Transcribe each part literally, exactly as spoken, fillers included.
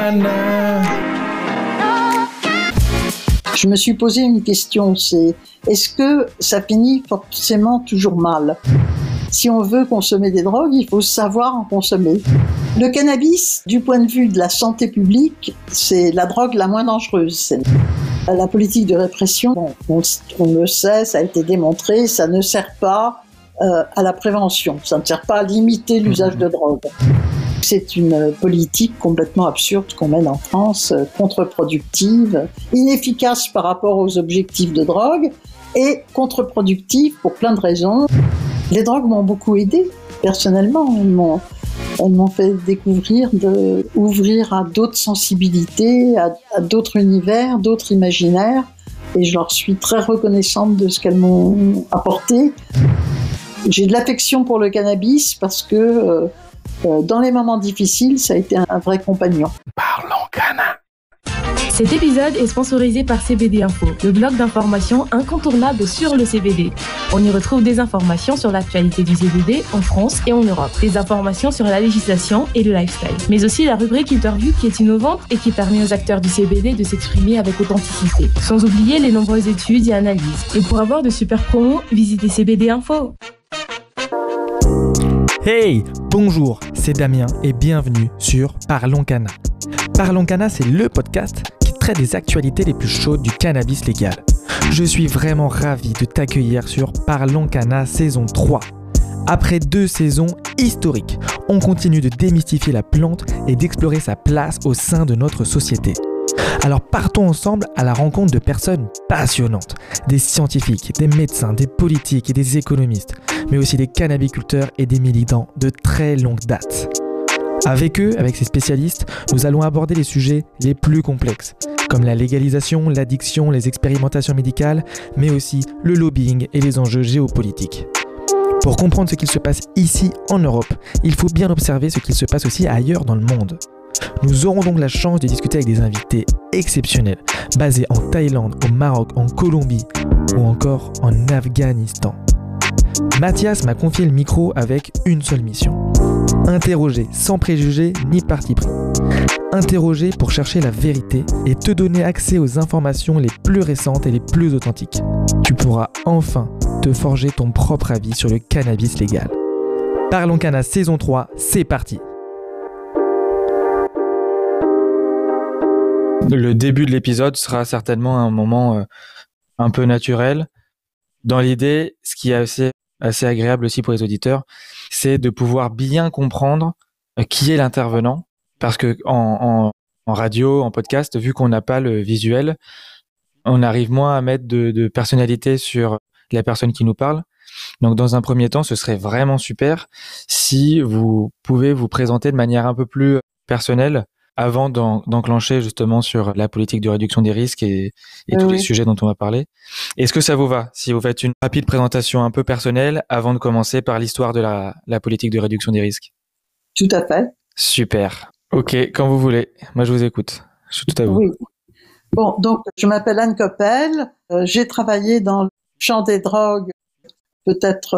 Loncana. Je me suis posé une question, c'est est-ce que ça finit forcément toujours mal ? Si on veut consommer des drogues, il faut savoir en consommer. Le cannabis, du point de vue de la santé publique, c'est la drogue la moins dangereuse. C'est la politique de répression, bon, on, on le sait, ça a été démontré, ça ne sert pas euh, à la prévention, ça ne sert pas à limiter l'usage de drogue. C'est une politique complètement absurde qu'on mène en France, contre-productive, inefficace par rapport aux objectifs de drogue et contre-productive pour plein de raisons. Les drogues m'ont beaucoup aidé, personnellement. Elles m'ont, elles m'ont fait découvrir, de, ouvrir à d'autres sensibilités, à, à d'autres univers, d'autres imaginaires. Et je leur suis très reconnaissante de ce qu'elles m'ont apporté. J'ai de l'affection pour le cannabis parce que euh, euh, dans les moments difficiles, ça a été un, un vrai compagnon. Parlons Cana. Cet épisode est sponsorisé par C B D Info, le blog d'information incontournable sur le C B D. On y retrouve des informations sur l'actualité du C B D en France et en Europe, des informations sur la législation et le lifestyle, mais aussi la rubrique interview qui est innovante et qui permet aux acteurs du C B D de s'exprimer avec authenticité, sans oublier les nombreuses études et analyses. Et pour avoir de super promos, visitez C B D Info. Hey, bonjour, c'est Damien et bienvenue sur Parlons Cana. Parlons Cana, c'est le podcast qui traite des actualités les plus chaudes du cannabis légal. Je suis vraiment ravi de t'accueillir sur Parlons Cana saison trois. Après deux saisons historiques, on continue de démystifier la plante et d'explorer sa place au sein de notre société. Alors partons ensemble à la rencontre de personnes passionnantes, des scientifiques, des médecins, des politiques et des économistes, mais aussi des cannabiculteurs et des militants de très longue date. Avec eux, avec ces spécialistes, nous allons aborder les sujets les plus complexes, comme la légalisation, l'addiction, les expérimentations médicales, mais aussi le lobbying et les enjeux géopolitiques. Pour comprendre ce qu'il se passe ici en Europe, il faut bien observer ce qu'il se passe aussi ailleurs dans le monde. Nous aurons donc la chance de discuter avec des invités exceptionnels, basés en Thaïlande, au Maroc, en Colombie ou encore en Afghanistan. Mathias m'a confié le micro avec une seule mission. Interroger sans préjugés ni parti pris. Interroger pour chercher la vérité et te donner accès aux informations les plus récentes et les plus authentiques. Tu pourras enfin te forger ton propre avis sur le cannabis légal. Parlons Cana saison trois, c'est parti. Le début de l'épisode sera certainement un moment euh, un peu naturel. Dans l'idée, ce qui est assez, assez agréable aussi pour les auditeurs, c'est de pouvoir bien comprendre euh, qui est l'intervenant. Parce que en, en, en radio, en podcast, vu qu'on n'a pas le visuel, on arrive moins à mettre de, de personnalité sur la personne qui nous parle. Donc, dans un premier temps, ce serait vraiment super si vous pouvez vous présenter de manière un peu plus personnelle avant d'en, d'enclencher justement sur la politique de réduction des risques et, et oui, tous oui. les sujets dont on va parler. Est-ce que ça vous va si vous faites une rapide présentation un peu personnelle avant de commencer par l'histoire de la, la politique de réduction des risques ? Tout à fait. Super. Ok, quand vous voulez. Moi, je vous écoute. Je suis tout à vous. Oui. Bon, donc, je m'appelle Anne Coppel. Euh, j'ai travaillé dans le champ des drogues peut-être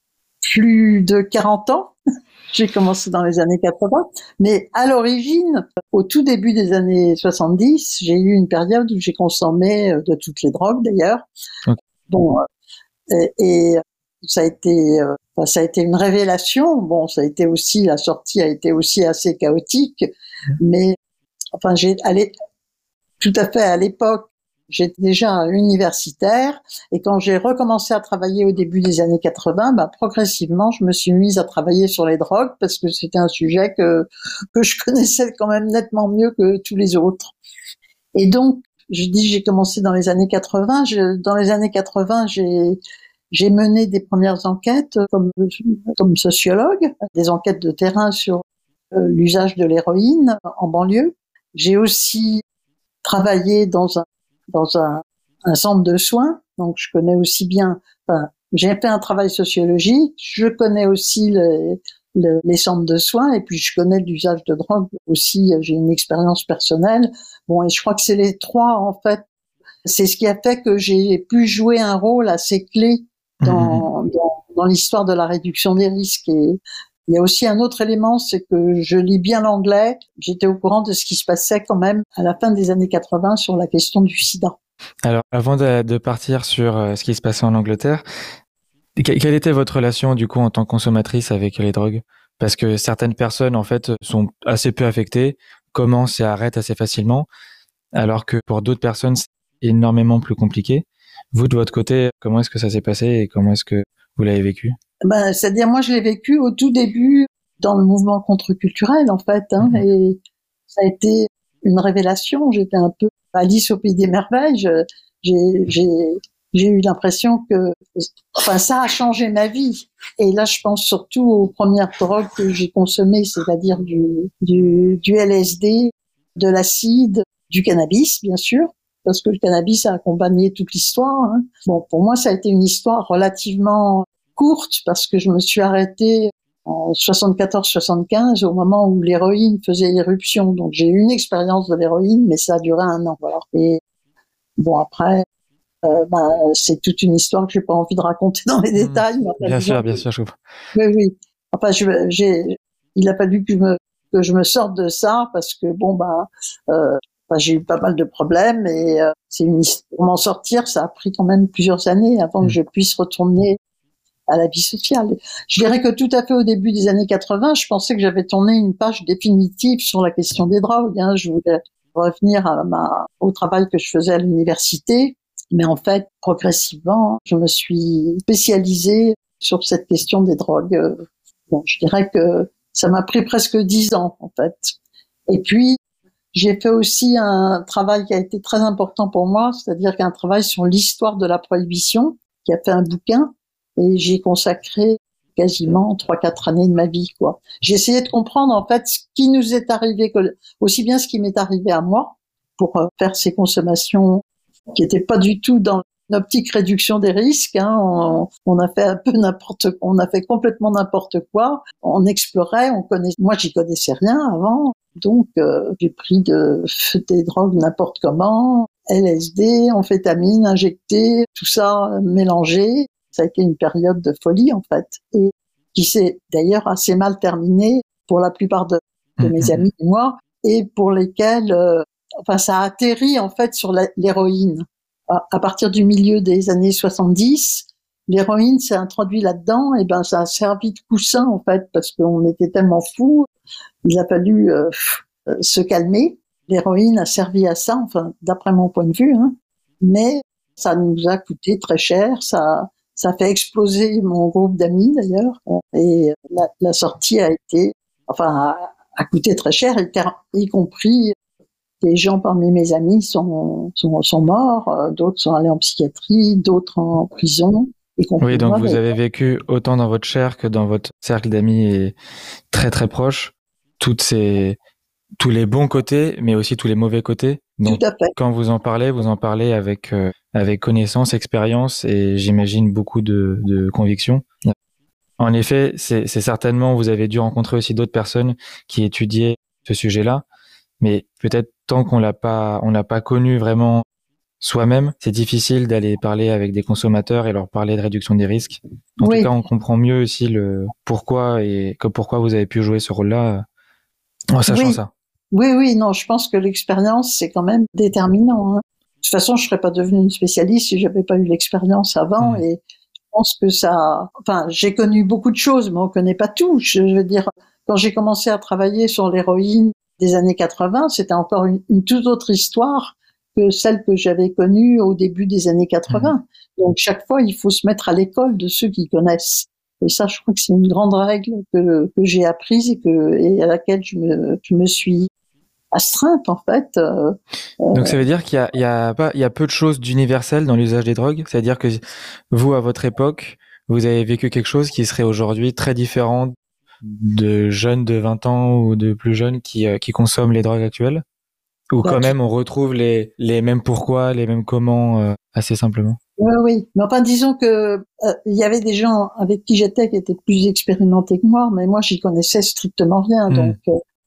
plus de quarante ans. J'ai commencé dans les années quatre-vingts. Mais à l'origine, au tout début des années soixante-dix, j'ai eu une période où j'ai consommé de toutes les drogues, d'ailleurs. Okay. Bon, et, et ça a été, enfin, ça a été une révélation. Bon, ça a été aussi, la sortie a été aussi assez chaotique. Mmh. Mais, enfin, j'ai allé, tout à fait à l'époque, j'étais déjà universitaire et quand j'ai recommencé à travailler au début des années quatre-vingts, bah, progressivement, je me suis mise à travailler sur les drogues parce que c'était un sujet que, que je connaissais quand même nettement mieux que tous les autres. Et donc, je dis, j'ai commencé dans les années quatre-vingts. Je, dans les années quatre-vingts, j'ai, j'ai mené des premières enquêtes comme, comme sociologue, des enquêtes de terrain sur euh, l'usage de l'héroïne en banlieue. J'ai aussi travaillé dans un dans un, un centre de soins, donc je connais aussi bien, enfin, j'ai fait un travail sociologique, je connais aussi les, les, les centres de soins, et puis je connais l'usage de drogue aussi, j'ai une expérience personnelle, bon, et je crois que c'est les trois, en fait, c'est ce qui a fait que j'ai pu jouer un rôle assez clé dans, mmh. dans, dans l'histoire de la réduction des risques, et Il y a aussi un autre élément, c'est que je lis bien l'anglais. J'étais au courant de ce qui se passait quand même à la fin des années quatre-vingts sur la question du sida. Alors, avant de, de partir sur euh, ce qui se passait en Angleterre, que- quelle était votre relation du coup en tant que consommatrice avec les drogues? Parce que certaines personnes en fait sont assez peu affectées, commencent et arrêtent assez facilement, alors que pour d'autres personnes c'est énormément plus compliqué. Vous de votre côté, comment est-ce que ça s'est passé et comment est-ce que vous l'avez vécu? Ben, c'est-à-dire, moi, je l'ai vécu au tout début dans le mouvement contre-culturel, en fait, hein, Mhm. et ça a été une révélation. J'étais un peu Alice au pays des merveilles. Je- J'ai, j'ai, j'ai eu l'impression que, enfin, ça a changé ma vie. Et là, je pense surtout aux premières drogues que j'ai consommées, c'est-à-dire du, du, du L S D, de l'acide, du cannabis, bien sûr, parce que le cannabis a accompagné toute l'histoire, hein. Bon, pour moi, ça a été une histoire relativement courte parce que je me suis arrêtée en soixante-quatorze soixante-quinze au moment où l'héroïne faisait irruption. Donc j'ai eu une expérience de l'héroïne, mais ça a duré un an. Voilà. Et bon, après, euh, ben, c'est toute une histoire que j'ai pas envie de raconter dans les Mhm. détails. Mais enfin, Bien disons sûr, bien que- sûr, je comprends. oui, oui. Enfin, je, j'ai, il a fallu que je me que je me sorte de ça parce que bon, ben, euh, ben, j'ai eu pas mal de problèmes et euh, c'est une his- pour m'en sortir, ça a pris quand même plusieurs années avant que Mhm. je puisse retourner à la vie sociale. Je dirais que tout à fait au début des années quatre-vingts, je pensais que j'avais tourné une page définitive sur la question des drogues, hein. Je voulais revenir à ma, au travail que je faisais à l'université. Mais en fait, progressivement, je me suis spécialisée sur cette question des drogues. Bon, je dirais que ça m'a pris presque dix ans, en fait. Et puis, j'ai fait aussi un travail qui a été très important pour moi, c'est-à-dire qu'un travail sur l'histoire de la prohibition, qui a fait un bouquin, et j'ai consacré quasiment trois, quatre années de ma vie, quoi. J'ai essayé de comprendre, en fait, ce qui nous est arrivé, aussi bien ce qui m'est arrivé à moi, pour faire ces consommations qui n'étaient pas du tout dans une optique réduction des risques, hein. On, on a fait un peu n'importe, on a fait complètement n'importe quoi. On explorait, on connaissait, moi j'y connaissais rien avant. Donc, euh, j'ai pris de, des drogues n'importe comment, L S D, amphétamine injectée, tout ça mélangé. Ça a été une période de folie, en fait. Et qui s'est d'ailleurs assez mal terminée pour la plupart de, de mes amis et moi, et pour lesquels, euh, enfin, ça a atterri, en fait, sur la, l'héroïne. À, à partir du milieu des années soixante-dix, l'héroïne s'est introduite là-dedans, et ben, ça a servi de coussin, en fait, parce qu'on était tellement fous. Il a fallu euh, se calmer. L'héroïne a servi à ça, enfin, d'après mon point de vue, hein. Mais ça nous a coûté très cher. Ça, ça a fait exploser mon groupe d'amis, d'ailleurs. Et la, la sortie a été, enfin, a, a coûté très cher, y, y compris des gens parmi mes amis sont, sont, sont morts, d'autres sont allés en psychiatrie, d'autres en prison. Y compris Oui, donc moi, vous d'ailleurs. avez vécu autant dans votre chair que dans votre cercle d'amis et très très proche, toutes ces, tous les bons côtés, mais aussi tous les mauvais côtés. Donc, Tout à fait. quand vous en parlez, vous en parlez avec euh, avec connaissance, expérience et j'imagine beaucoup de, de conviction. En effet, c'est, c'est certainement, vous avez dû rencontrer aussi d'autres personnes qui étudiaient ce sujet-là, mais peut-être tant qu'on l'a pas, on l'a pas connu vraiment soi-même, c'est difficile d'aller parler avec des consommateurs et leur parler de réduction des risques. En Oui. tout cas, on comprend mieux aussi le pourquoi et que pourquoi vous avez pu jouer ce rôle-là en sachant Oui. ça. Oui, oui, non, je pense que l'expérience, c'est quand même déterminant, hein. De toute façon, je serais pas devenue une spécialiste si j'avais pas eu l'expérience avant, Mmh. et je pense que ça, enfin, j'ai connu beaucoup de choses, mais on connaît pas tout. Je veux dire, quand j'ai commencé à travailler sur l'héroïne des années quatre-vingts, c'était encore une, une toute autre histoire que celle que j'avais connue au début des années quatre-vingts. Mmh. Donc, chaque fois, il faut se mettre à l'école de ceux qui connaissent. Et ça, je crois que c'est une grande règle que, que j'ai apprise et que, et à laquelle je me, je me suis astreinte, en fait. Euh, Donc ça veut dire qu'il y a, il y a pas, il y a peu de choses d'universel dans l'usage des drogues. C'est-à-dire que vous, à votre époque, vous avez vécu quelque chose qui serait aujourd'hui très différent de jeunes de vingt ans ou de plus jeunes qui, euh, qui consomment les drogues actuelles. Ou quand même on retrouve les, les mêmes pourquoi, les mêmes comment, euh, assez simplement. Oui, oui. Mais enfin, disons que euh, il y avait des gens avec qui j'étais qui étaient plus expérimentés que moi, mais moi, j'y connaissais strictement rien. Mmh. Donc, euh,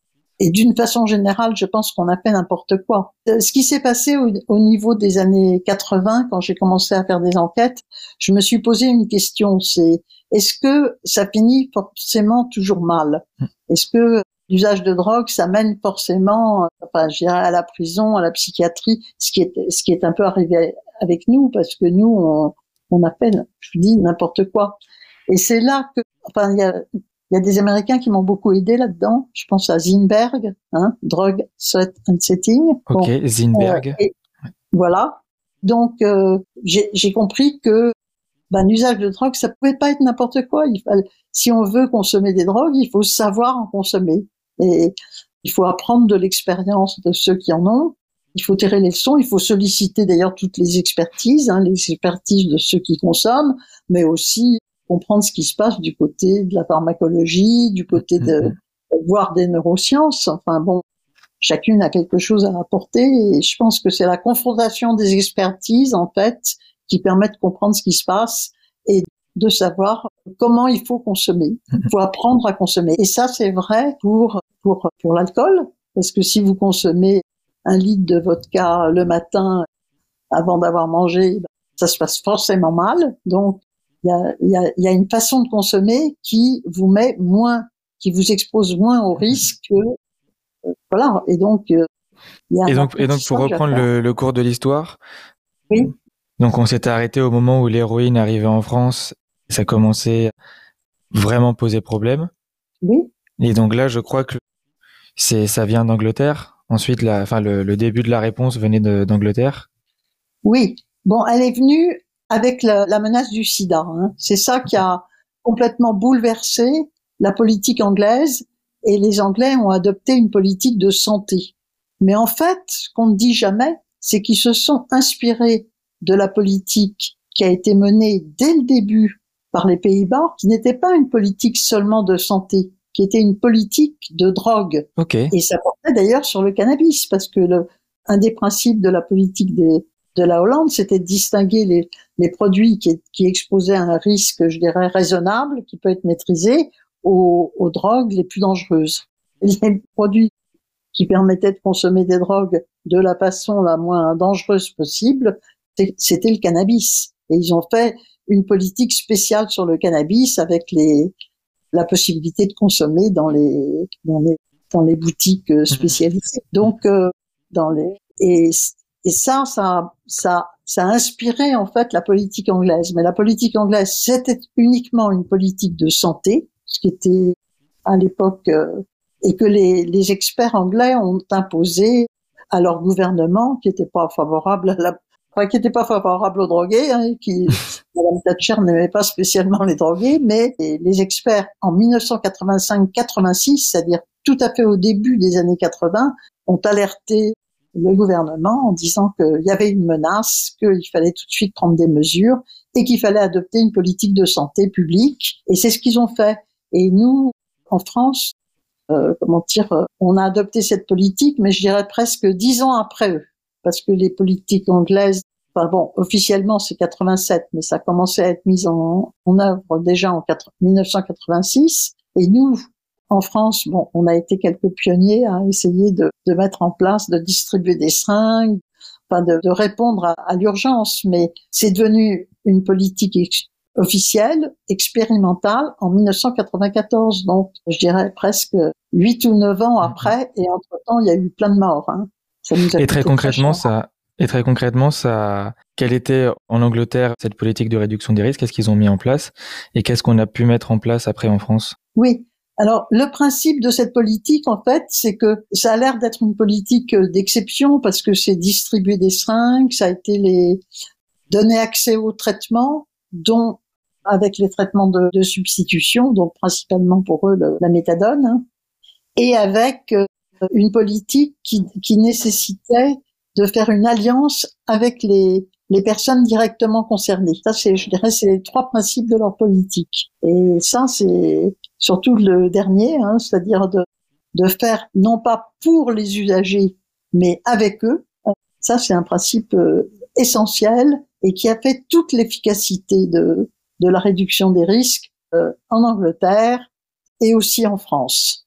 Et d'une façon générale, je pense qu'on a fait n'importe quoi. Ce qui s'est passé au, au niveau des années quatre-vingts, quand j'ai commencé à faire des enquêtes, je me suis posé une question, c'est est-ce que ça finit forcément toujours mal? Est-ce que l'usage de drogue, ça mène forcément, enfin, je dirais, à la prison, à la psychiatrie, ce qui est, ce qui est un peu arrivé avec nous, parce que nous, on, on a fait, je dis, n'importe quoi. Et c'est là que, enfin, il y a, il y a des Américains qui m'ont beaucoup aidé là-dedans. Je pense à Zinberg, hein, Drug, Threat and Setting. Ok, bon, Zinberg. Euh, et, voilà. Donc, euh, j'ai, j'ai compris que ben, l'usage de drogue, ça pouvait pas être n'importe quoi. Il fallait, si on veut consommer des drogues, il faut savoir en consommer. Et il faut apprendre de l'expérience de ceux qui en ont. Il faut tirer les leçons. Il faut solliciter d'ailleurs toutes les expertises, hein, les expertises de ceux qui consomment, mais aussi comprendre ce qui se passe du côté de la pharmacologie, du côté de, voire des neurosciences. Enfin bon, chacune a quelque chose à apporter et je pense que c'est la confrontation des expertises, en fait, qui permet de comprendre ce qui se passe et de savoir comment il faut consommer. Il faut apprendre à consommer. Et ça, c'est vrai pour, pour, pour l'alcool, parce que si vous consommez un litre de vodka le matin avant d'avoir mangé, ça se passe forcément mal. Donc, il y a, il y a, il y a une façon de consommer qui vous met moins, qui vous expose moins au risque que, euh, voilà. Et donc, euh, il y a et donc, et donc, pour reprendre le, le cours de l'histoire. Oui. Donc, on s'était arrêté au moment où l'héroïne arrivait en France. Ça commençait vraiment poser problème. Oui. Et donc là, je crois que c'est, ça vient d'Angleterre. Ensuite, la, enfin, le, le début de la réponse venait de, d'Angleterre. Oui. Bon, elle est venue avec la, la menace du sida. Hein. C'est ça qui a complètement bouleversé la politique anglaise et les Anglais ont adopté une politique de santé. Mais en fait, ce qu'on ne dit jamais, c'est qu'ils se sont inspirés de la politique qui a été menée dès le début par les Pays-Bas, qui n'était pas une politique seulement de santé, qui était une politique de drogue. Okay. Et ça portait d'ailleurs sur le cannabis, parce que le, un des principes de la politique des, de la Hollande, c'était de distinguer les, les produits qui, qui exposaient à un risque, je dirais, raisonnable, qui peut être maîtrisé, aux, aux drogues les plus dangereuses. Les produits qui permettaient de consommer des drogues de la façon la moins dangereuse possible, c'était le cannabis. Et ils ont fait une politique spéciale sur le cannabis avec les, la possibilité de consommer dans les, dans les, dans les boutiques spécialisées. Donc, euh, dans les, et, et ça, ça, ça, ça a inspiré, en fait, la politique anglaise. Mais la politique anglaise, c'était uniquement une politique de santé, ce qui était, à l'époque, euh, et que les, les experts anglais ont imposé à leur gouvernement, qui n'était pas favorable à la, enfin, qui n'était pas favorable aux drogués, hein, qui, Madame Thatcher n'aimait pas spécialement les drogués, mais les experts en mille neuf cent quatre-vingt-cinq quatre-vingt-six, c'est-à-dire tout à fait au début des années quatre-vingts, ont alerté le gouvernement en disant qu'il y avait une menace, qu'il fallait tout de suite prendre des mesures et qu'il fallait adopter une politique de santé publique. Et c'est ce qu'ils ont fait. Et nous, en France, euh, comment dire, on a adopté cette politique, mais je dirais presque dix ans après eux. Parce que les politiques anglaises, enfin bon, officiellement c'est quatre-vingt-sept, mais ça commençait à être mis en, en œuvre déjà en mille neuf cent quatre-vingt-six. Et nous, en France, bon, on a été quelques pionniers à essayer de, de mettre en place, de distribuer des seringues, enfin de, de répondre à, à l'urgence. Mais c'est devenu une politique ex- officielle, expérimentale, en mille neuf cent quatre-vingt-quatorze. Donc, je dirais presque huit ou neuf ans après. Et entre-temps, il y a eu plein de morts. Hein. Ça nous a et très concrètement, très ça, et très concrètement, ça, quelle était en Angleterre cette politique de réduction des risques? Qu'est-ce qu'ils ont mis en place et qu'est-ce qu'on a pu mettre en place après en France? Oui. Alors, le principe de cette politique, en fait, c'est que ça a l'air d'être une politique d'exception parce que c'est distribuer des seringues, ça a été les donner accès aux traitements, dont avec les traitements de, de substitution, donc principalement pour eux le, la méthadone, hein, et avec euh, une politique qui, qui nécessitait de faire une alliance avec les, les personnes directement concernées. Ça, c'est, je dirais, c'est les trois principes de leur politique. Et ça, c'est surtout le dernier, hein, c'est-à-dire de, de faire non pas pour les usagers, mais avec eux. Ça, c'est un principe euh, essentiel et qui a fait toute l'efficacité de, de la réduction des risques euh, en Angleterre et aussi en France.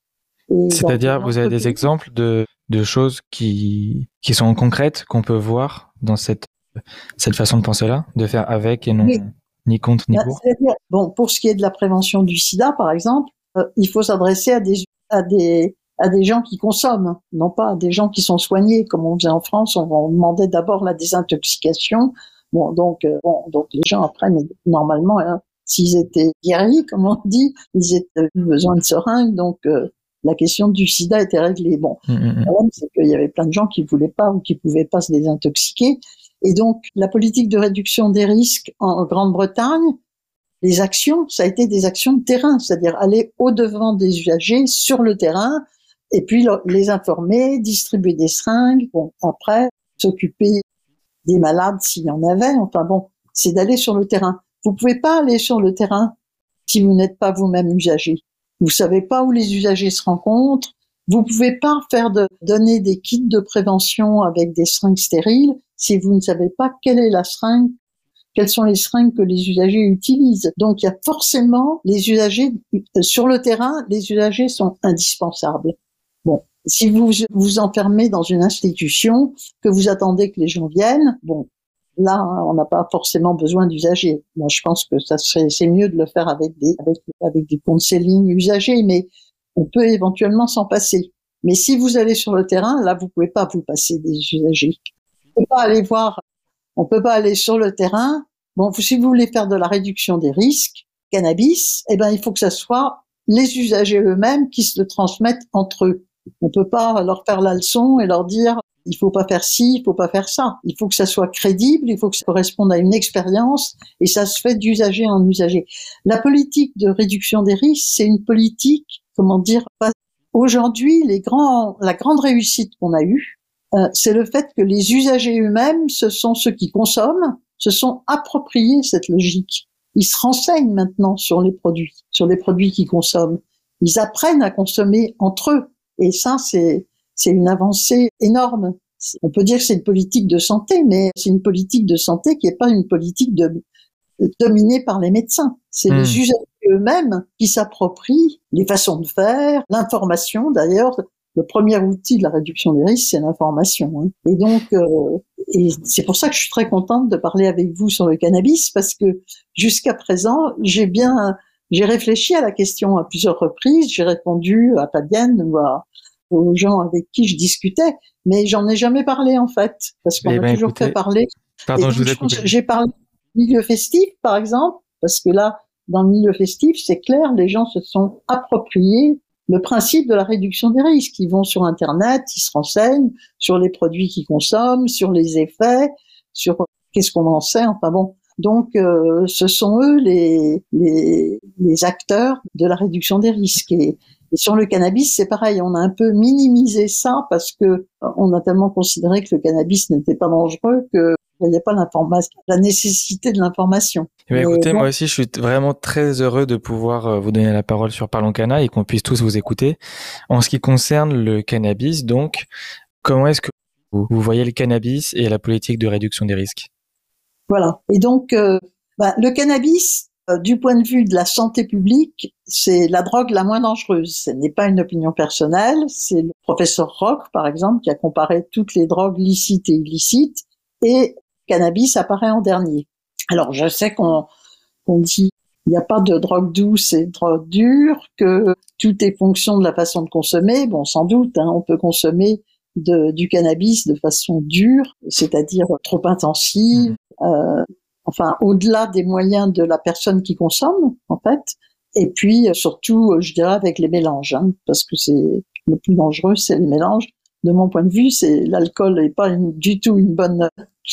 Et C'est-à-dire, vous avez des exemples de, de choses qui, qui sont concrètes, qu'on peut voir dans cette, cette façon de penser-là, de faire avec et non oui. ni contre ni bah, pour? C'est-à-dire, bon, pour ce qui est de la prévention du sida, par exemple, euh, il faut s'adresser à des, à des, à des gens qui consomment, non pas à des gens qui sont soignés, comme on faisait en France. On, on demandait d'abord la désintoxication. Bon, donc, euh, bon, donc les gens apprennent normalement, hein, s'ils étaient guéris, comme on dit, ils étaient eu besoin de seringues, donc euh, la question du sida était réglée. Bon, mmh, mmh. Le problème, c'est qu'il y avait plein de gens qui voulaient pas ou qui pouvaient pas se désintoxiquer. Et donc, la politique de réduction des risques en Grande-Bretagne, les actions, ça a été des actions de terrain, c'est-à-dire aller au-devant des usagers sur le terrain, et puis les informer, distribuer des seringues, bon, après, s'occuper des malades s'il y en avait, enfin bon, c'est d'aller sur le terrain. Vous pouvez pas aller sur le terrain si vous n'êtes pas vous-même usager. Vous savez pas où les usagers se rencontrent, vous pouvez pas faire de, donner des kits de prévention avec des seringues stériles si vous ne savez pas quelle est la seringue, quelles sont les seringues que les usagers utilisent. Donc il y a forcément les usagers, sur le terrain, les usagers sont indispensables. Bon, si vous vous enfermez dans une institution, que vous attendez que les gens viennent, bon, là, hein, on n'a pas forcément besoin d'usagers. Moi, je pense que ça serait, c'est mieux de le faire avec des, avec, avec des counseling usagers, mais on peut éventuellement s'en passer. Mais si vous allez sur le terrain, là, vous pouvez pas vous passer des usagers. On peut pas aller voir, on peut pas aller sur le terrain. Bon, si vous voulez faire de la réduction des risques, cannabis, eh ben, il faut que ça soit les usagers eux-mêmes qui se le transmettent entre eux. On peut pas leur faire la leçon et leur dire il faut pas faire ci, il faut pas faire ça. Il faut que ça soit crédible, il faut que ça corresponde à une expérience, et ça se fait d'usager en usager. La politique de réduction des risques, c'est une politique, comment dire, aujourd'hui, les grands, la grande réussite qu'on a eue, euh, c'est le fait que les usagers eux-mêmes, ce sont ceux qui consomment, se sont appropriés cette logique. Ils se renseignent maintenant sur les produits, sur les produits qu'ils consomment. Ils apprennent à consommer entre eux. Et ça, c'est, c'est une avancée énorme. On peut dire que c'est une politique de santé, mais c'est une politique de santé qui n'est pas une politique de, de, dominée par les médecins. C'est mmh. les usagers eux-mêmes qui s'approprient les façons de faire, l'information. D'ailleurs, le premier outil de la réduction des risques, c'est l'information. Hein. Et donc, euh, et c'est pour ça que je suis très contente de parler avec vous sur le cannabis, parce que jusqu'à présent, j'ai bien... J'ai réfléchi à la question à plusieurs reprises, j'ai répondu à Fabienne ou à, aux gens avec qui je discutais, mais j'en ai jamais parlé en fait, parce qu'on eh a ben, toujours écoutez, fait parler. Pardon, et je vous ai je pense, coupé. J'ai parlé du milieu festif, par exemple, parce que là, dans le milieu festif, c'est clair, les gens se sont appropriés le principe de la réduction des risques. Ils vont sur Internet, ils se renseignent sur les produits qu'ils consomment, sur les effets, sur qu'est-ce qu'on en sait, enfin bon. Donc, euh, ce sont eux les, les, les acteurs de la réduction des risques. Et, et sur le cannabis, c'est pareil. On a un peu minimisé ça parce que on a tellement considéré que le cannabis n'était pas dangereux que il n'y a pas l'information, la nécessité de l'information. Eh bien, écoutez, bon, moi aussi, je suis vraiment très heureux de pouvoir vous donner la parole sur Parlons Cana et qu'on puisse tous vous écouter. En ce qui concerne le cannabis, donc, comment est-ce que vous, vous voyez le cannabis et la politique de réduction des risques ? Voilà. Et donc, euh, bah, le cannabis, euh, du point de vue de la santé publique, c'est la drogue la moins dangereuse. Ce n'est pas une opinion personnelle. C'est le professeur Roch, par exemple, qui a comparé toutes les drogues licites et illicites, et cannabis apparaît en dernier. Alors, je sais qu'on, qu'on dit il n'y a pas de drogue douce et de drogue dure, que tout est fonction de la façon de consommer. Bon, sans doute, hein, on peut consommer de, du cannabis de façon dure, c'est-à-dire trop intensive, euh, enfin au-delà des moyens de la personne qui consomme, en fait. Et puis surtout, je dirais avec les mélanges, hein, parce que c'est le plus dangereux, c'est les mélanges. De mon point de vue, c'est l'alcool n'est pas une, du tout une bonne,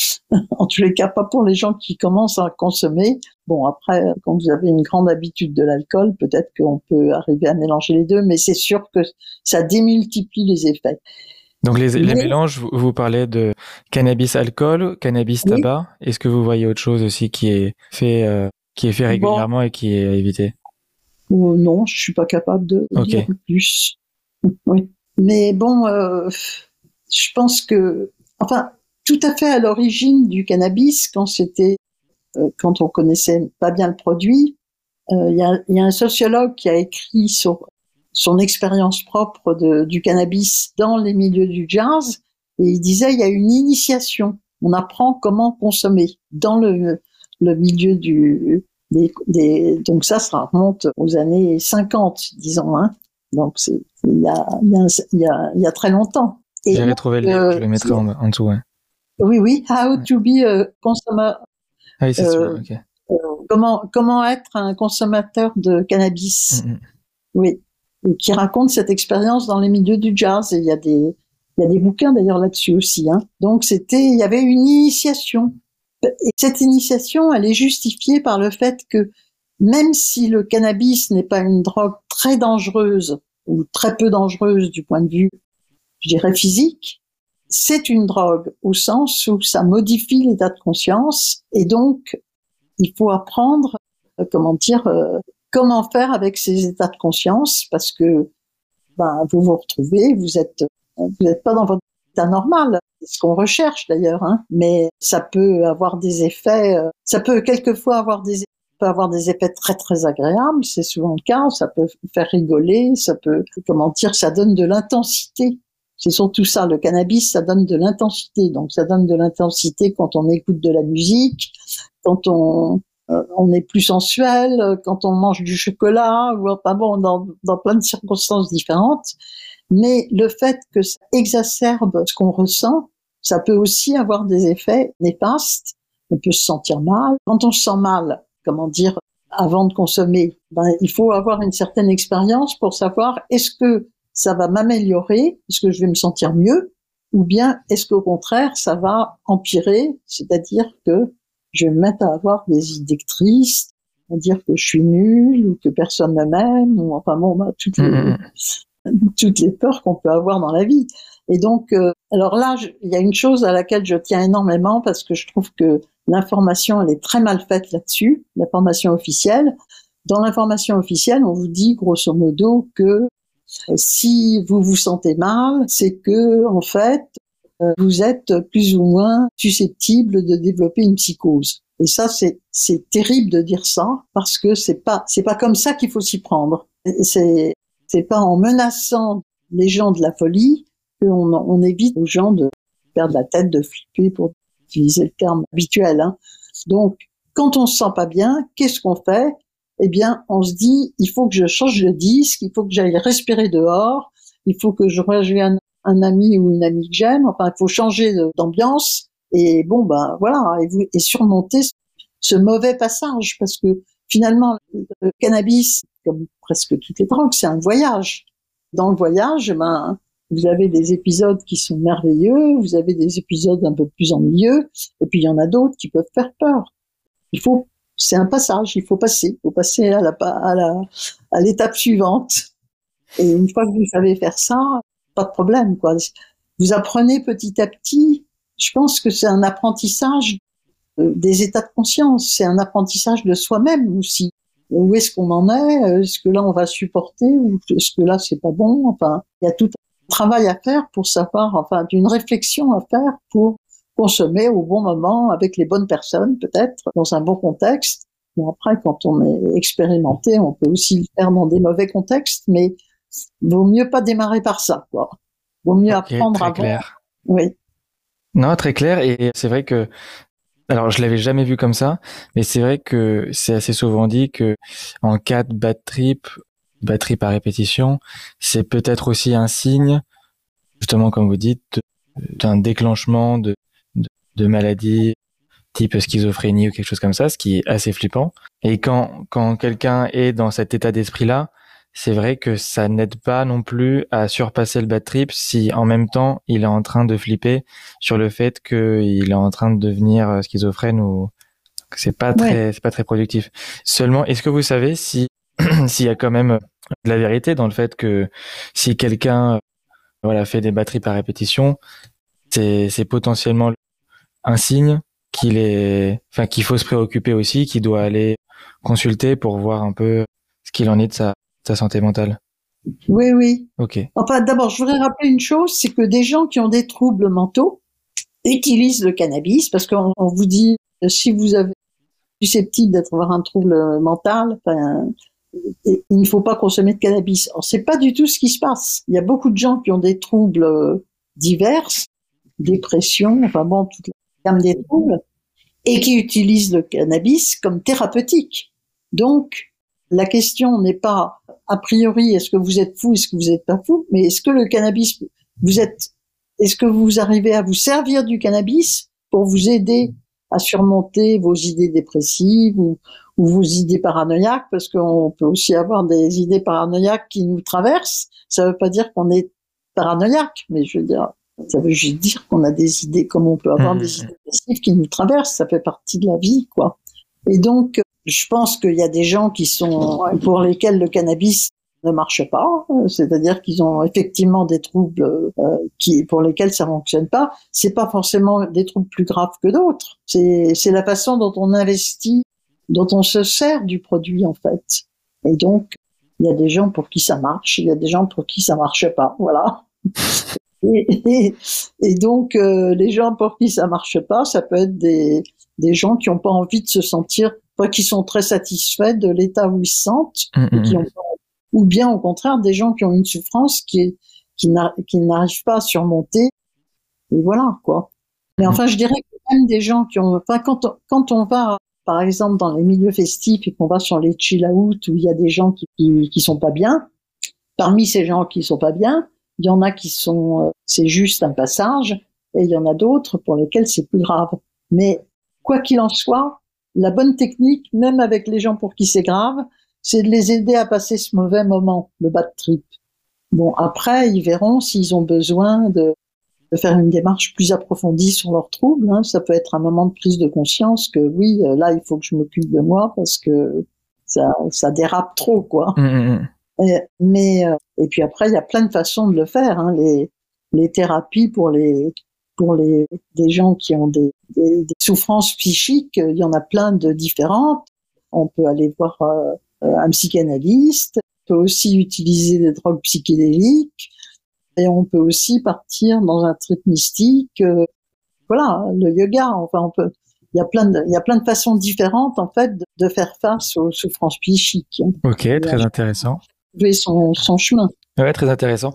en tous les cas pas pour les gens qui commencent à consommer. Bon, après, quand vous avez une grande habitude de l'alcool, peut-être qu'on peut arriver à mélanger les deux, mais c'est sûr que ça démultiplie les effets. Donc les, les mélanges, vous, vous parlez de cannabis-alcool, cannabis-tabac. Oui. Est-ce que vous voyez autre chose aussi qui est fait, euh, qui est fait régulièrement bon. et qui est à éviter ? euh, Non, je suis pas capable de okay. dire plus. Oui, mais bon, euh, je pense que, enfin, tout à fait à l'origine du cannabis, quand c'était, euh, quand on connaissait pas bien le produit, il euh, y, a, y a un sociologue qui a écrit sur son expérience propre de, du cannabis dans les milieux du jazz, et il disait il y a une initiation. On apprend comment consommer dans le, le milieu du des, des donc ça ça remonte aux années cinquante, disons, hein. Donc c'est il y a il y a il y a, il y a très longtemps. Et j'avais trouvé le euh, je le mettrai en, en dessous. Ouais. Oui oui, How ouais. to be a consumer. Ah oui, c'est euh, sûr. Ok. euh, comment comment être un consommateur de cannabis. Mm-hmm. Oui. Et qui raconte cette expérience dans les milieux du jazz. Et il y a des, il y a des bouquins d'ailleurs là-dessus aussi, hein. Donc c'était, il y avait une initiation. Et cette initiation, elle est justifiée par le fait que même si le cannabis n'est pas une drogue très dangereuse ou très peu dangereuse du point de vue, je dirais, physique, c'est une drogue au sens où ça modifie l'état de conscience et donc il faut apprendre, euh, comment dire, euh, comment faire avec ces états de conscience parce que ben, vous vous retrouvez, vous êtes, vous n'êtes pas dans votre état normal. C'est ce qu'on recherche d'ailleurs, hein. Mais ça peut avoir des effets, euh, ça peut quelquefois avoir des, peut avoir des effets très très agréables, c'est souvent le cas. Ça peut faire rigoler, ça peut, comment dire, ça donne de l'intensité. C'est surtout ça, le cannabis, ça donne de l'intensité. Donc ça donne de l'intensité quand on écoute de la musique, quand on euh, on est plus sensuel, quand on mange du chocolat, ou enfin bon, dans, dans plein de circonstances différentes. Mais le fait que ça exacerbe ce qu'on ressent, ça peut aussi avoir des effets néfastes. On peut se sentir mal. Quand on se sent mal, comment dire, avant de consommer, ben, il faut avoir une certaine expérience pour savoir est-ce que ça va m'améliorer, est-ce que je vais me sentir mieux, ou bien est-ce qu'au contraire, ça va empirer, c'est-à-dire que je vais me mettre à avoir des idées tristes, à dire que je suis nulle, ou que personne ne m'aime, ou enfin bon, ben, toutes les... Mmh. toutes les peurs qu'on peut avoir dans la vie. Et donc, euh, alors là, il y a une chose à laquelle je tiens énormément parce que je trouve que l'information, elle est très mal faite là-dessus, l'information officielle. Dans l'information officielle, on vous dit grosso modo que euh, si vous vous sentez mal, c'est que en fait, euh, vous êtes plus ou moins susceptible de développer une psychose. Et ça, c'est c'est terrible de dire ça parce que c'est pas c'est pas comme ça qu'il faut s'y prendre. C'est C'est pas en menaçant les gens de la folie qu'on on évite aux gens de perdre la tête, de flipper, pour utiliser le terme habituel, hein. Donc, quand on se sent pas bien, qu'est-ce qu'on fait? Eh bien, on se dit, il faut que je change de disque, il faut que j'aille respirer dehors, il faut que je rejoigne un ami ou une amie que j'aime, enfin, il faut changer de, d'ambiance, et bon, ben, voilà, et, vous, et surmonter ce mauvais passage, parce que finalement, le cannabis, comme presque toutes les drogues, c'est un voyage. Dans le voyage, ben, vous avez des épisodes qui sont merveilleux, vous avez des épisodes un peu plus ennuyeux, et puis il y en a d'autres qui peuvent faire peur. Il faut, c'est un passage, il faut passer, il faut passer à la, à la, à l'étape suivante. Et une fois que vous savez faire ça, pas de problème, quoi. Vous apprenez petit à petit. Je pense que c'est un apprentissage des états de conscience, c'est un apprentissage de soi-même aussi. Où est-ce qu'on en est? Est-ce que là on va supporter ou est-ce que là c'est pas bon? Enfin, il y a tout un travail à faire pour savoir, enfin, une réflexion à faire pour consommer au bon moment avec les bonnes personnes, peut-être dans un bon contexte. Bon, après, quand on est expérimenté, on peut aussi le faire dans des mauvais contextes, mais vaut mieux pas démarrer par ça, quoi. Vaut mieux okay, apprendre très avant. Clair. Oui. Non, très clair. Et c'est vrai que alors, je l'avais jamais vu comme ça, mais c'est vrai que c'est assez souvent dit que en cas de bad trip, bad trip à répétition, c'est peut-être aussi un signe, justement comme vous dites, d'un déclenchement de, de, de maladie type schizophrénie ou quelque chose comme ça, ce qui est assez flippant. Et quand quand quelqu'un est dans cet état d'esprit-là, c'est vrai que ça n'aide pas non plus à surpasser le bad trip si en même temps il est en train de flipper sur le fait qu'il est en train de devenir schizophrène ou c'est pas très ouais. c'est pas très productif. Seulement, est-ce que vous savez si s'il y a quand même de la vérité dans le fait que si quelqu'un voilà fait des bad trips à répétition, c'est c'est potentiellement un signe qu'il est enfin qu'il faut se préoccuper aussi, qu'il doit aller consulter pour voir un peu ce qu'il en est de sa sa santé mentale? Oui, oui. Ok. Enfin, d'abord, je voudrais rappeler une chose, c'est que des gens qui ont des troubles mentaux utilisent le cannabis parce qu'on on vous dit, si vous avez susceptible d'être avoir un trouble mental, enfin, et, il ne faut pas consommer de cannabis. Alors, c'est pas du tout ce qui se passe. Il y a beaucoup de gens qui ont des troubles euh, divers, dépression, enfin bon, toute la gamme des troubles, et qui utilisent le cannabis comme thérapeutique. Donc, la question n'est pas, a priori, est-ce que vous êtes fou, est-ce que vous n'êtes pas fou, mais est-ce que le cannabis, vous êtes, est-ce que vous arrivez à vous servir du cannabis pour vous aider à surmonter vos idées dépressives ou, ou vos idées paranoïaques, parce qu'on peut aussi avoir des idées paranoïaques qui nous traversent. Ça veut pas dire qu'on est paranoïaque, mais je veux dire, ça veut juste dire qu'on a des idées, comme on peut avoir mmh. des idées dépressives qui nous traversent. Ça fait partie de la vie, quoi. Et donc, je pense qu'il y a des gens qui sont, pour lesquels le cannabis ne marche pas, c'est-à-dire qu'ils ont effectivement des troubles euh, qui, pour lesquels ça fonctionne pas. C'est pas forcément des troubles plus graves que d'autres. C'est, c'est la façon dont on investit, dont on se sert du produit, en fait. Et donc, il y a des gens pour qui ça marche, il y a des gens pour qui ça marche pas, voilà. Et, et, et donc, euh, les gens pour qui ça marche pas, ça peut être des, des gens qui ont pas envie de se sentir, enfin, qui sont très satisfaits de l'état où ils se sentent, mmh, et qui ont, ou bien au contraire des gens qui ont une souffrance qui est, qui, n'a, qui n'arrivent pas à surmonter. Et voilà, quoi. Mais enfin, je dirais que même des gens qui ont, enfin, quand on, quand on va, par exemple, dans les milieux festifs et qu'on va sur les chill-out où il y a des gens qui, qui, qui sont pas bien, parmi ces gens qui sont pas bien, il y en a qui sont, euh, c'est juste un passage, et il y en a d'autres pour lesquels c'est plus grave. Mais, quoi qu'il en soit, la bonne technique, même avec les gens pour qui c'est grave, c'est de les aider à passer ce mauvais moment, le bad trip. Bon, après, ils verront s'ils ont besoin de, de faire une démarche plus approfondie sur leurs troubles, hein. Ça peut être un moment de prise de conscience que oui, là, il faut que je m'occupe de moi parce que ça, ça dérape trop, quoi. Mmh. Et, mais, et puis après, il y a plein de façons de le faire, hein. Les, les thérapies pour les, pour les, des gens qui ont des, des, des souffrances psychiques, il y en a plein de différentes. On peut aller voir euh, un psychanalyste, on peut aussi utiliser des drogues psychédéliques, et on peut aussi partir dans un trip mystique. Euh, voilà, le yoga, enfin, on peut, il y a plein de, il y a plein de façons différentes, en fait, de, de faire face aux souffrances psychiques. Ok, et très intéressant. Trouver son, son chemin. Ouais, très intéressant.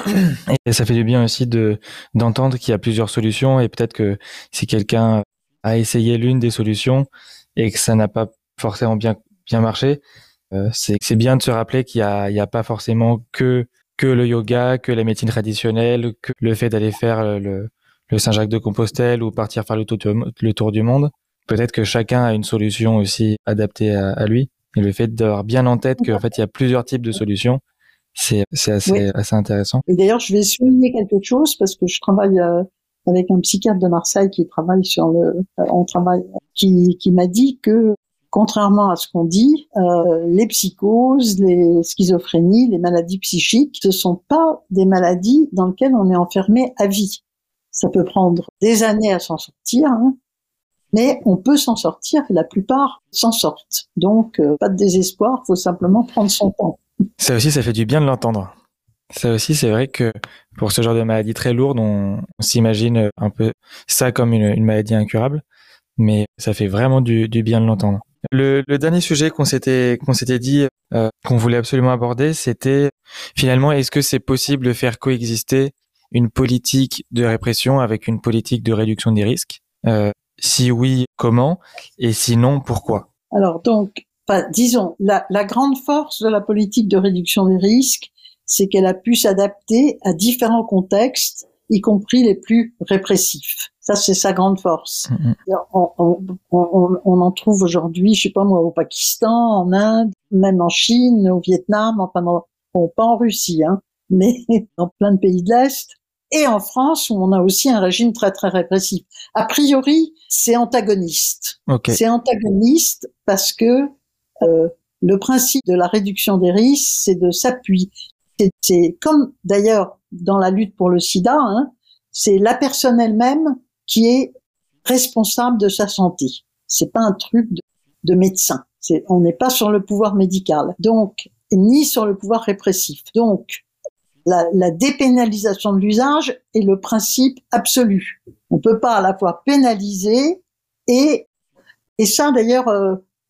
Et ça fait du bien aussi de, d'entendre qu'il y a plusieurs solutions et peut-être que si quelqu'un a essayé l'une des solutions et que ça n'a pas forcément bien, bien marché, euh, c'est, c'est bien de se rappeler qu'il y a, il y a pas forcément que, que le yoga, que la médecine traditionnelle, que le fait d'aller faire le, le Saint-Jacques-de-Compostelle ou partir faire le tour, le tour du monde. Peut-être que chacun a une solution aussi adaptée à, à lui. Et le fait d'avoir bien en tête qu'en fait, il y a plusieurs types de solutions, c'est, c'est assez, oui. assez intéressant. Et d'ailleurs, je vais souligner quelque chose parce que je travaille euh, avec un psychiatre de Marseille qui travaille sur le, euh, on travaille, qui, qui m'a dit que, contrairement à ce qu'on dit, euh, les psychoses, les schizophrénies, les maladies psychiques, ce sont pas des maladies dans lesquelles on est enfermé à vie. Ça peut prendre des années à s'en sortir, hein, mais on peut s'en sortir et la plupart s'en sortent. Donc, euh, pas de désespoir, faut simplement prendre son temps. Ça aussi, ça fait du bien de l'entendre. Ça aussi, c'est vrai que pour ce genre de maladie très lourde, on, on s'imagine un peu ça comme une, une maladie incurable, mais ça fait vraiment du, du bien de l'entendre. Le, le dernier sujet qu'on s'était, qu'on s'était dit, euh, qu'on voulait absolument aborder, c'était finalement, est-ce que c'est possible de faire coexister une politique de répression avec une politique de réduction des risques? euh, Si oui, comment? Et sinon, pourquoi? Alors donc, enfin, disons, la, la grande force de la politique de réduction des risques, c'est qu'elle a pu s'adapter à différents contextes, y compris les plus répressifs. Ça, c'est sa grande force. Mmh. On, on, on, on en trouve aujourd'hui, je sais pas moi, au Pakistan, en Inde, même en Chine, au Vietnam, enfin, dans, bon, pas en Russie, hein, mais dans plein de pays de l'Est. Et en France, où on a aussi un régime très, très répressif. A priori, c'est antagoniste. Okay. C'est antagoniste parce que euh, le principe de la réduction des risques, c'est de s'appuyer. C'est, c'est comme, d'ailleurs, dans la lutte pour le sida, hein, c'est la personne elle-même qui est responsable de sa santé. C'est pas un truc de, de médecin. C'est, on n'est pas sur le pouvoir médical. Donc, ni sur le pouvoir répressif. Donc, La, la dépénalisation de l'usage est le principe absolu. On peut pas à la fois pénaliser et et ça d'ailleurs euh, c'est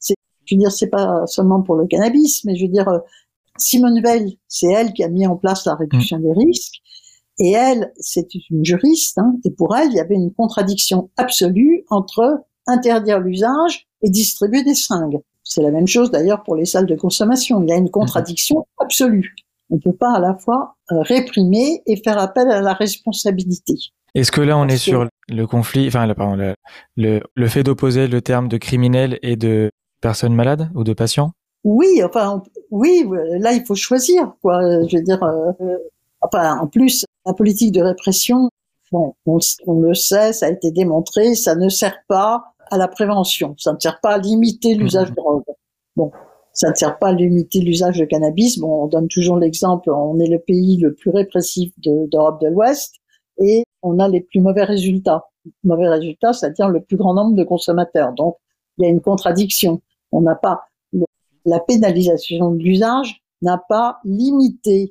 Je veux dire, c'est pas seulement pour le cannabis, mais je veux dire, Simone Veil, c'est elle qui a mis en place la réduction mmh. des risques. Et elle, c'est une juriste, hein, et pour elle, il y avait une contradiction absolue entre interdire l'usage et distribuer des seringues. C'est la même chose d'ailleurs pour les salles de consommation. Il y a une contradiction mmh. absolue. On ne peut pas à la fois euh, réprimer et faire appel à la responsabilité. Est-ce que là, on est sur le conflit, enfin, le, pardon, le, le, le fait d'opposer le terme de criminel et de personne malade ou de patient? Oui, enfin, oui, là, il faut choisir, quoi. Je veux dire, euh, enfin, en plus, la politique de répression, bon, on, on le sait, ça a été démontré, ça ne sert pas à la prévention, ça ne sert pas à limiter l'usage mmh. de drogue. Bon, ça ne sert pas à limiter l'usage de cannabis. Bon, on donne toujours l'exemple, on est le pays le plus répressif de, d'Europe de l'Ouest et on a les plus mauvais résultats. Mauvais résultats, c'est-à-dire le plus grand nombre de consommateurs. Donc, il y a une contradiction. On n'a pas le, la pénalisation de l'usage n'a pas limité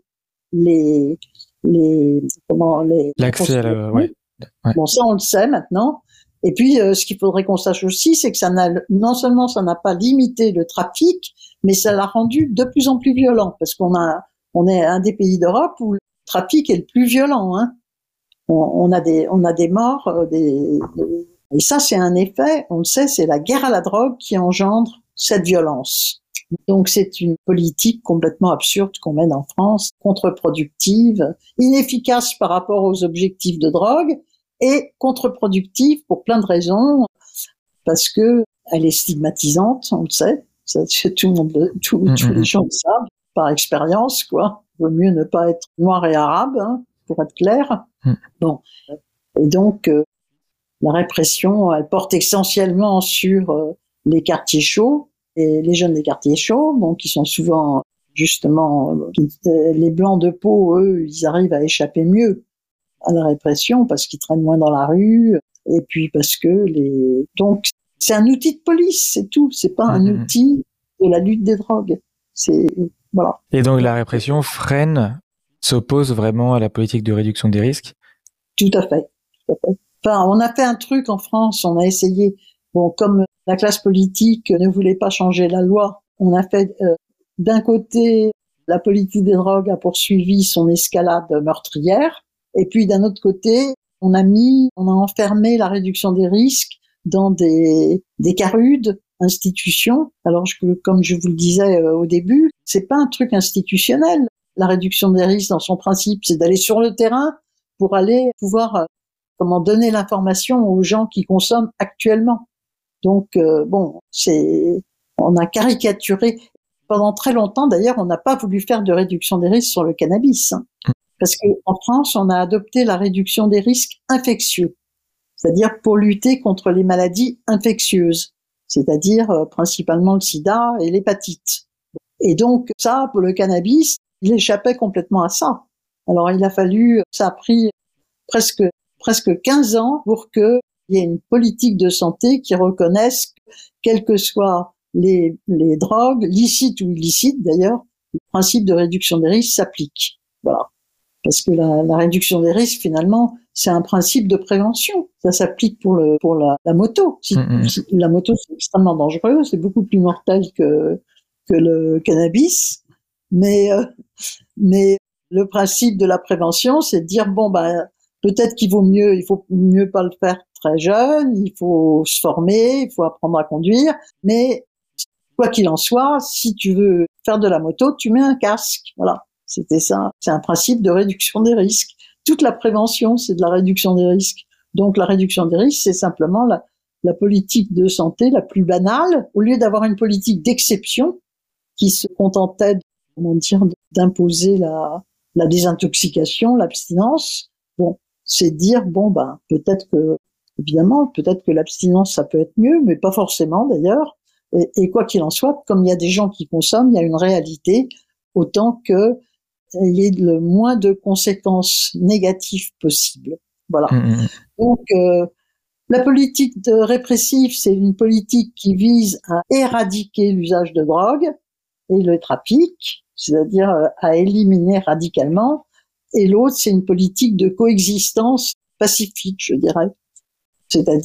les les comment les l'accès à la, ouais. ouais. Bon, ça on le sait maintenant. Et puis, euh, ce qu'il faudrait qu'on sache aussi, c'est que ça n'a non seulement ça n'a pas limité le trafic, mais ça l'a rendu de plus en plus violent, parce qu'on a on est un des pays d'Europe où le trafic est le plus violent. Hein. On, on a des on a des morts, euh, des, des et ça c'est un effet. On le sait, c'est la guerre à la drogue qui engendre cette violence. Donc c'est une politique complètement absurde qu'on mène en France, contre-productive, inefficace par rapport aux objectifs de drogue et contre-productive pour plein de raisons, parce que elle est stigmatisante, on le sait, ça, tout le monde, tout, mmh, tous les gens le savent par expérience, quoi. Il vaut mieux ne pas être noir et arabe, hein, pour être clair. Mmh. Bon, et donc euh, la répression, elle porte essentiellement sur euh, les quartiers chauds. Et les jeunes des quartiers chauds, bon, qui sont souvent, justement, euh, les blancs de peau, eux, ils arrivent à échapper mieux à la répression parce qu'ils traînent moins dans la rue, et puis parce que les... Donc, c'est un outil de police, c'est tout. C'est pas mmh. un outil de la lutte des drogues. C'est... Voilà. Et donc, la répression freine, s'oppose vraiment à la politique de réduction des risques? Tout à fait. Tout à fait. Enfin, on a fait un truc en France, on a essayé... Bon, comme la classe politique ne voulait pas changer la loi, on a fait euh, d'un côté la politique des drogues a poursuivi son escalade meurtrière, et puis d'un autre côté on a mis, on a enfermé la réduction des risques dans des des carudes institutions. Alors je, comme je vous le disais euh, au début, c'est pas un truc institutionnel. La réduction des risques dans son principe, c'est d'aller sur le terrain pour aller pouvoir euh, comment donner l'information aux gens qui consomment actuellement. Donc, euh, bon, c'est, on a caricaturé. Pendant très longtemps, d'ailleurs, on n'a pas voulu faire de réduction des risques sur le cannabis. Hein, parce qu'en France, on a adopté la réduction des risques infectieux. C'est-à-dire pour lutter contre les maladies infectieuses. C'est-à-dire euh, principalement le sida et l'hépatite. Et donc, ça, pour le cannabis, il échappait complètement à ça. Alors, il a fallu, ça a pris presque, presque quinze ans pour que il y a une politique de santé qui reconnaisse que, quelles que soient les, les drogues, licites ou illicites d'ailleurs, le principe de réduction des risques s'applique. Voilà. Parce que la, la réduction des risques, finalement, c'est un principe de prévention. Ça s'applique pour le pour la, la moto. Si, mmh. si, la moto, c'est extrêmement dangereux, c'est beaucoup plus mortel que que le cannabis. Mais euh, mais le principe de la prévention, c'est de dire bon bah peut-être qu'il vaut mieux, il faut mieux pas le faire très jeune, il faut se former, il faut apprendre à conduire, mais quoi qu'il en soit, si tu veux faire de la moto, tu mets un casque. Voilà, c'était ça. C'est un principe de réduction des risques. Toute la prévention, c'est de la réduction des risques. Donc la réduction des risques, c'est simplement la, la politique de santé la plus banale, au lieu d'avoir une politique d'exception qui se contentait, de, comment dire, d'imposer la, la désintoxication, l'abstinence. Bon, c'est dire bon ben peut-être que évidemment peut-être que l'abstinence ça peut être mieux, mais pas forcément d'ailleurs. Et, et quoi qu'il en soit, comme il y a des gens qui consomment, il y a une réalité, autant que il y ait le moins de conséquences négatives possibles. Voilà. Mmh. Donc euh, la politique de répressive, c'est une politique qui vise à éradiquer l'usage de drogue et le trafic, c'est-à-dire à éliminer radicalement. Et l'autre, c'est une politique de coexistence pacifique, je dirais. C'est-à-dire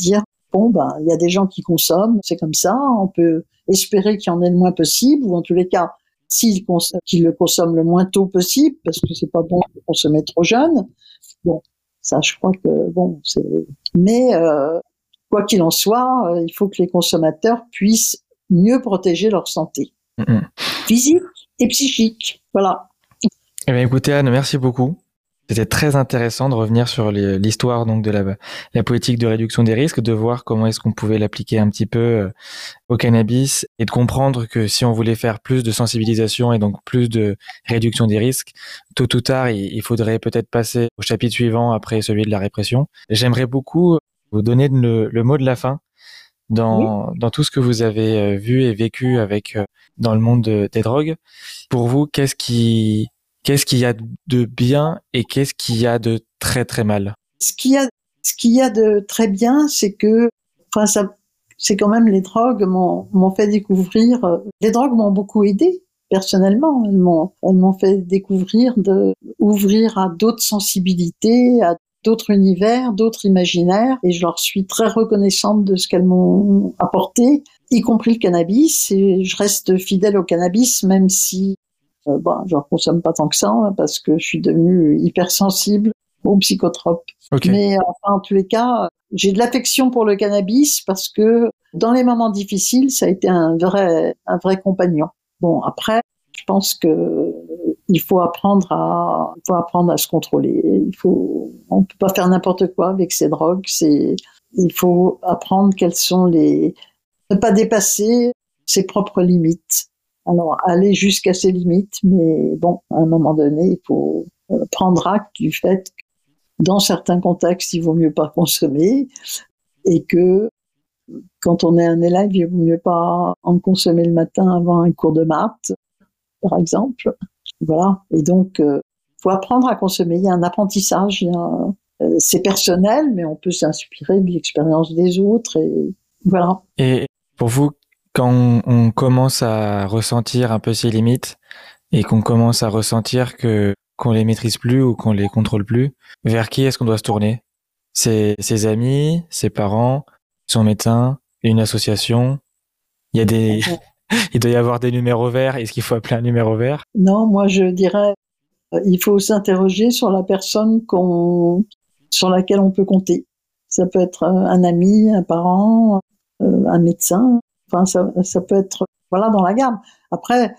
bon, ben, il y a des gens qui consomment, c'est comme ça. On peut espérer qu'il y en ait le moins possible, ou en tous les cas, s'ils cons- qu'ils le consomment le moins tôt possible, parce que c'est pas bon de consommer trop jeune. Bon, ça, je crois que bon, c'est. Mais euh, quoi qu'il en soit, euh, il faut que les consommateurs puissent mieux protéger leur santé Mmh. physique et psychique. Voilà. Eh bien, écoutez, Anne, merci beaucoup. C'était très intéressant de revenir sur les- l'histoire donc de la, la politique de réduction des risques, de voir comment est-ce qu'on pouvait l'appliquer un petit peu euh, au cannabis et de comprendre que si on voulait faire plus de sensibilisation et donc plus de réduction des risques, tôt ou tard, il, il faudrait peut-être passer au chapitre suivant après celui de la répression. J'aimerais beaucoup vous donner le, le mot de la fin dans, oui. dans tout ce que vous avez vu et vécu avec euh, dans le monde de, des drogues. Pour vous, qu'est-ce qui Qu'est-ce qu'il y a de bien et qu'est-ce qu'il y a de très très mal? Ce qu'il y a, ce qu'il y a de très bien, c'est que, enfin, ça, c'est quand même les drogues m'ont, m'ont fait découvrir. Euh, les drogues m'ont beaucoup aidé personnellement. Elles m'ont, elles m'ont fait découvrir, de ouvrir à d'autres sensibilités, à d'autres univers, d'autres imaginaires, et je leur suis très reconnaissante de ce qu'elles m'ont apporté, y compris le cannabis. Et je reste fidèle au cannabis, même si Euh, bon, j'en consomme pas tant que ça, hein, parce que je suis devenue hypersensible aux psychotropes. Okay. Mais enfin, en tous les cas, j'ai de l'affection pour le cannabis parce que dans les moments difficiles, ça a été un vrai, un vrai compagnon. Bon, après, je pense que il faut apprendre à, il faut apprendre à se contrôler. Il faut, on peut pas faire n'importe quoi avec ces drogues. C'est, il faut apprendre quelles sont les, ne pas dépasser ses propres limites. Alors, aller jusqu'à ses limites, mais bon, à un moment donné, il faut prendre acte du fait que dans certains contextes, il vaut mieux pas consommer et que quand on est un élève, il vaut mieux pas en consommer le matin avant un cours de maths, par exemple. Voilà. Et donc, il euh, faut apprendre à consommer. Il y a un apprentissage, il y a, euh, c'est personnel, mais on peut s'inspirer de l'expérience des autres et voilà. Et pour vous, quand on, on commence à ressentir un peu ses limites et qu'on commence à ressentir que qu'on les maîtrise plus ou qu'on les contrôle plus, vers qui est-ce qu'on doit se tourner? C'est ses amis, ses parents, son médecin, une association? Il y a des, il doit y avoir des numéros verts. Est-ce qu'il faut appeler un numéro vert? Non, moi je dirais, il faut s'interroger sur la personne qu'on, sur laquelle on peut compter. Ça peut être un ami, un parent, un médecin. Enfin, ça, ça peut être, voilà, dans la gamme. Après,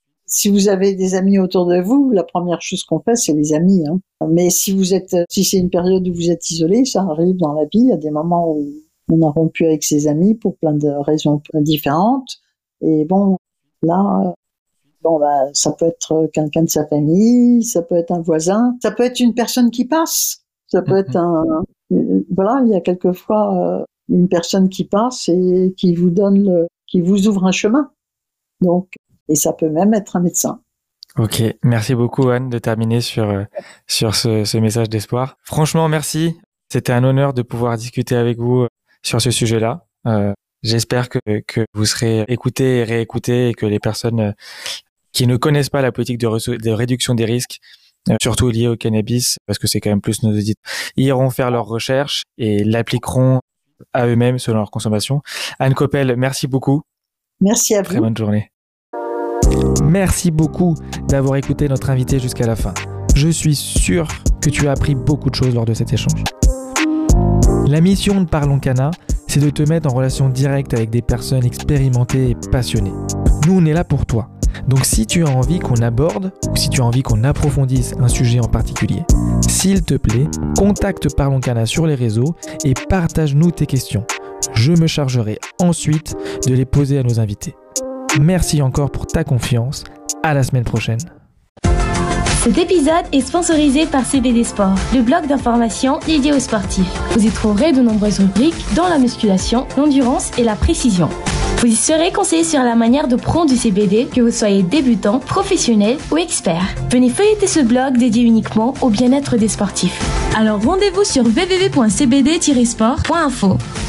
si vous avez des amis autour de vous, la première chose qu'on fait, c'est les amis, hein. Mais si vous êtes, si c'est une période où vous êtes isolé, ça arrive dans la vie. Il y a des moments où on a rompu avec ses amis pour plein de raisons différentes. Et bon, là, bon, bah, ça peut être quelqu'un de sa famille, ça peut être un voisin, ça peut être une personne qui passe, ça peut être un, voilà, il y a quelquefois, euh, une personne qui passe et qui vous donne le, qui vous ouvre un chemin. Donc, et ça peut même être un médecin. Ok, merci beaucoup Anne de terminer sur euh, sur ce, ce message d'espoir. Franchement, merci. C'était un honneur de pouvoir discuter avec vous sur ce sujet-là. Euh, j'espère que que vous serez écoutés et réécoutés et que les personnes qui ne connaissent pas la politique de, re- de réduction des risques, euh, surtout liée au cannabis, parce que c'est quand même plus nos auditeurs, iront faire leurs recherches et l'appliqueront à eux-mêmes selon leur consommation. Anne Coppel, merci beaucoup. Merci à vous. Très bonne journée. Merci beaucoup d'avoir écouté notre invité jusqu'à la fin. Je suis sûr que tu as appris beaucoup de choses lors de cet échange. La mission de Parlons Cana, c'est de te mettre en relation directe avec des personnes expérimentées et passionnées. Nous, on est là pour toi. Donc si tu as envie qu'on aborde ou si tu as envie qu'on approfondisse un sujet en particulier, s'il te plaît, contacte Parlons Cana sur les réseaux et partage-nous tes questions. Je me chargerai ensuite de les poser à nos invités. Merci encore pour ta confiance. À la semaine prochaine. Cet épisode est sponsorisé par C B D Sport, le blog d'information dédié aux sportifs. Vous y trouverez de nombreuses rubriques dans la musculation, l'endurance et la précision. Vous y serez conseillé sur la manière de prendre du C B D, que vous soyez débutant, professionnel ou expert. Venez feuilleter ce blog dédié uniquement au bien-être des sportifs. Alors rendez-vous sur w w w point c b d tiret sport point info.